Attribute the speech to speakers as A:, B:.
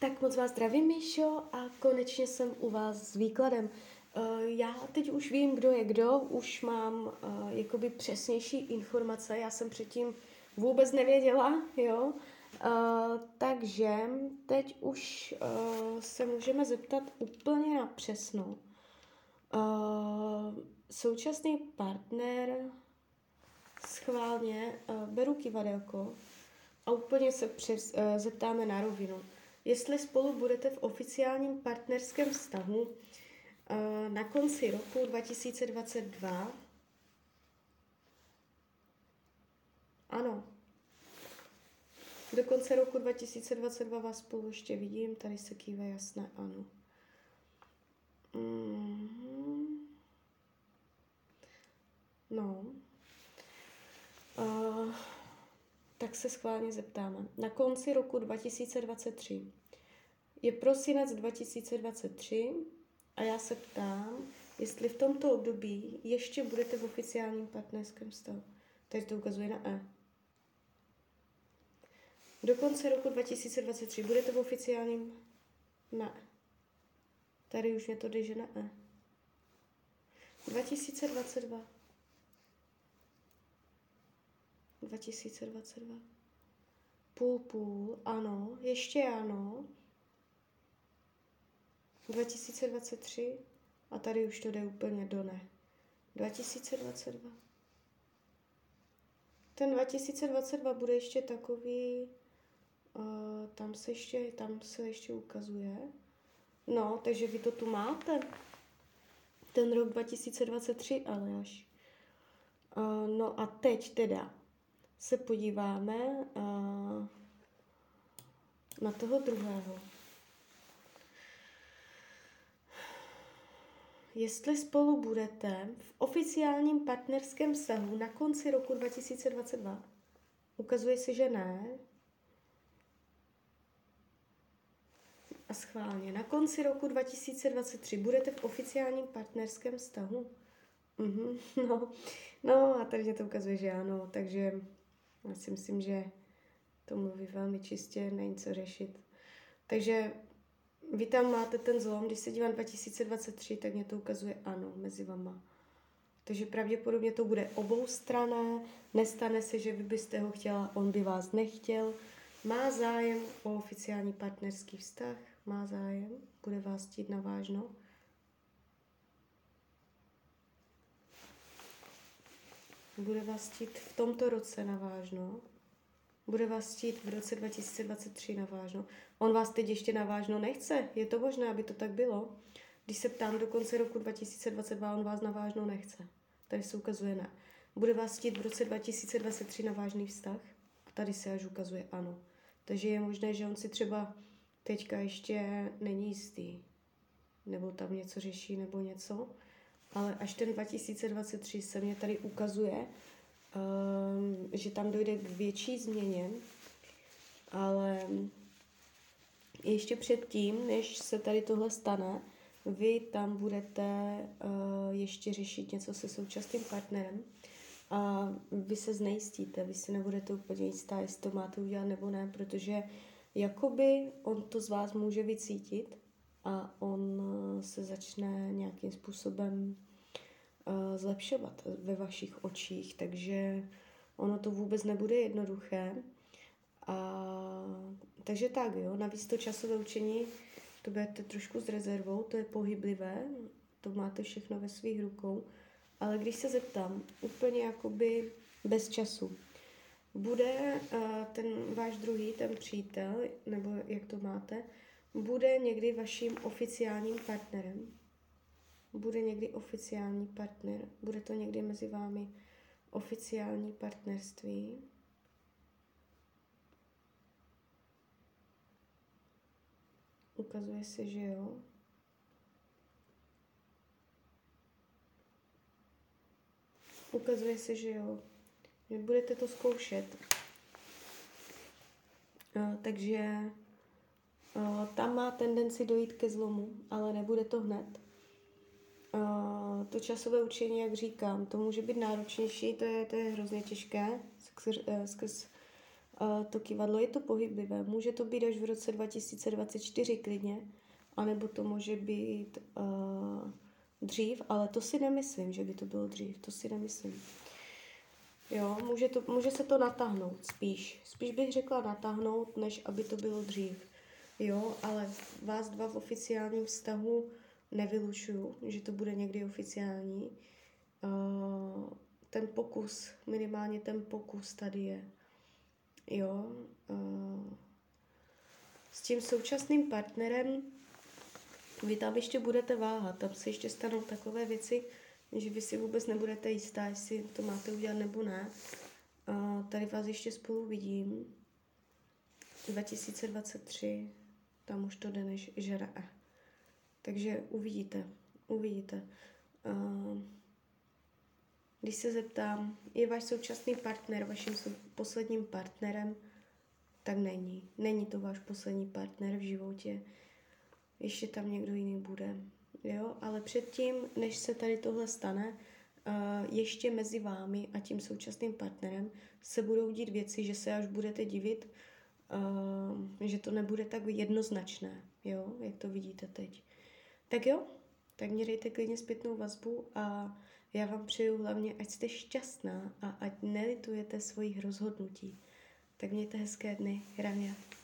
A: Tak moc vás zdravím, Míšo, a konečně jsem u vás s výkladem. Já teď už vím, kdo je kdo, už mám jakoby přesnější informace, já jsem předtím vůbec nevěděla, jo. Takže teď už se můžeme zeptat úplně na přesno. Současný partner, schválně beru kivadelko a úplně se zeptáme na rovinu. Jestli spolu budete v oficiálním partnerském vztahu na konci roku 2022? Ano. Do konce roku 2022 vás spolu ještě vidím, tady se kýve jasné ano. No. Tak se schválně zeptáme. Na konci roku 2023. Je prosinec 2023 a já se ptám, jestli v tomto období ještě budete v oficiálním partnerském vztahu. Tady to ukazuje na E. Do konce roku 2023 budete v oficiálním na E. Tady už mě to jde, že na E. 2022. 2022. Půl, ano, ještě ano. 2023 a tady už to jde úplně do ne. 2022. Ten 2022 bude ještě takový, tam se ještě ukazuje. No, takže vy to tu máte. Ten rok 2023, ale až. No a teď teda se podíváme na toho druhého. Jestli spolu budete v oficiálním partnerském vztahu na konci roku 2022, ukazuje se, že ne. A schválně. Na konci roku 2023 budete v oficiálním partnerském vztahu? No a tady mě to ukazuje, že ano. Takže já si myslím, že to mluví velmi čistě, není co řešit. Takže vy tam máte ten zlom, když se dívám 2023, tak mě to ukazuje ano mezi vama. Takže pravděpodobně to bude oboustranné, nestane se, že vy byste ho chtěla, on by vás nechtěl. Má zájem o oficiální partnerský vztah, má zájem, bude vás chtít navážno. Bude vás chtít v tomto roce navážno. Bude vás chtít v roce 2023 navážno. On vás teď ještě navážno nechce. Je to možné, aby to tak bylo? Když se ptám do konce roku 2022, on vás navážno nechce. Tady se ukazuje ne. Bude vás chtít v roce 2023 navážný vztah? A tady se až ukazuje ano. Takže je možné, že on si třeba teďka ještě není jistý. Nebo tam něco řeší, nebo něco. Ale až ten 2023 se mě tady ukazuje, že tam dojde k větší změně, ale ještě předtím, než se tady tohle stane, vy tam budete ještě řešit něco se současným partnerem a vy se znejistíte, vy si nebudete úplně jistá, jestli to máte udělat nebo ne, protože jakoby on to z vás může vycítit a on se začne nějakým způsobem zlepšovat ve vašich očích, takže ono to vůbec nebude jednoduché. Takže tak, jo, navíc to časové učení, to budete trošku s rezervou, to je pohyblivé, to máte všechno ve svých rukou, ale když se zeptám, úplně jakoby bez času, bude ten váš druhý, ten přítel, nebo jak to máte, bude někdy vaším oficiálním partnerem? Bude někdy oficiální partner? Bude to někdy mezi vámi oficiální partnerství? Ukazuje se, že jo. Ukazuje se, že jo. Vy budete to zkoušet. Takže tam má tendenci dojít ke zlomu, ale nebude to hned. To časové učení, jak říkám, to může být náročnější, to je hrozně těžké skrz To kývadlo je to pohyblivé. Může to být až v roce 2024 klidně, anebo to může být dřív, ale to si nemyslím, že by to bylo dřív. To si nemyslím. Jo, může se to natáhnout spíš. Spíš bych řekla natáhnout, než aby to bylo dřív. Jo, ale vás dva v oficiálním vztahu nevylučuju, že to bude někdy oficiální. Ten pokus, minimálně ten pokus tady je. Jo, s tím současným partnerem vy tam ještě budete váhat, tam se ještě stanou takové věci, že vy si vůbec nebudete jistá, jestli to máte udělat nebo ne. Tady vás ještě spolu vidím. 2023, tam už to jde než žere. Takže uvidíte. Když se zeptám, je váš současný partner vaším posledním partnerem, tak není. Není to váš poslední partner v životě. Ještě tam někdo jiný bude. Jo? Ale předtím, než se tady tohle stane, ještě mezi vámi a tím současným partnerem se budou dít věci, že se až budete divit, že to nebude tak jednoznačné, jo? Jak to vidíte teď. Tak jo, tak mě dejte klidně zpětnou vazbu a já vám přeju hlavně, ať jste šťastná a ať nelitujete svých rozhodnutí. Tak mějte hezké dny, Rania.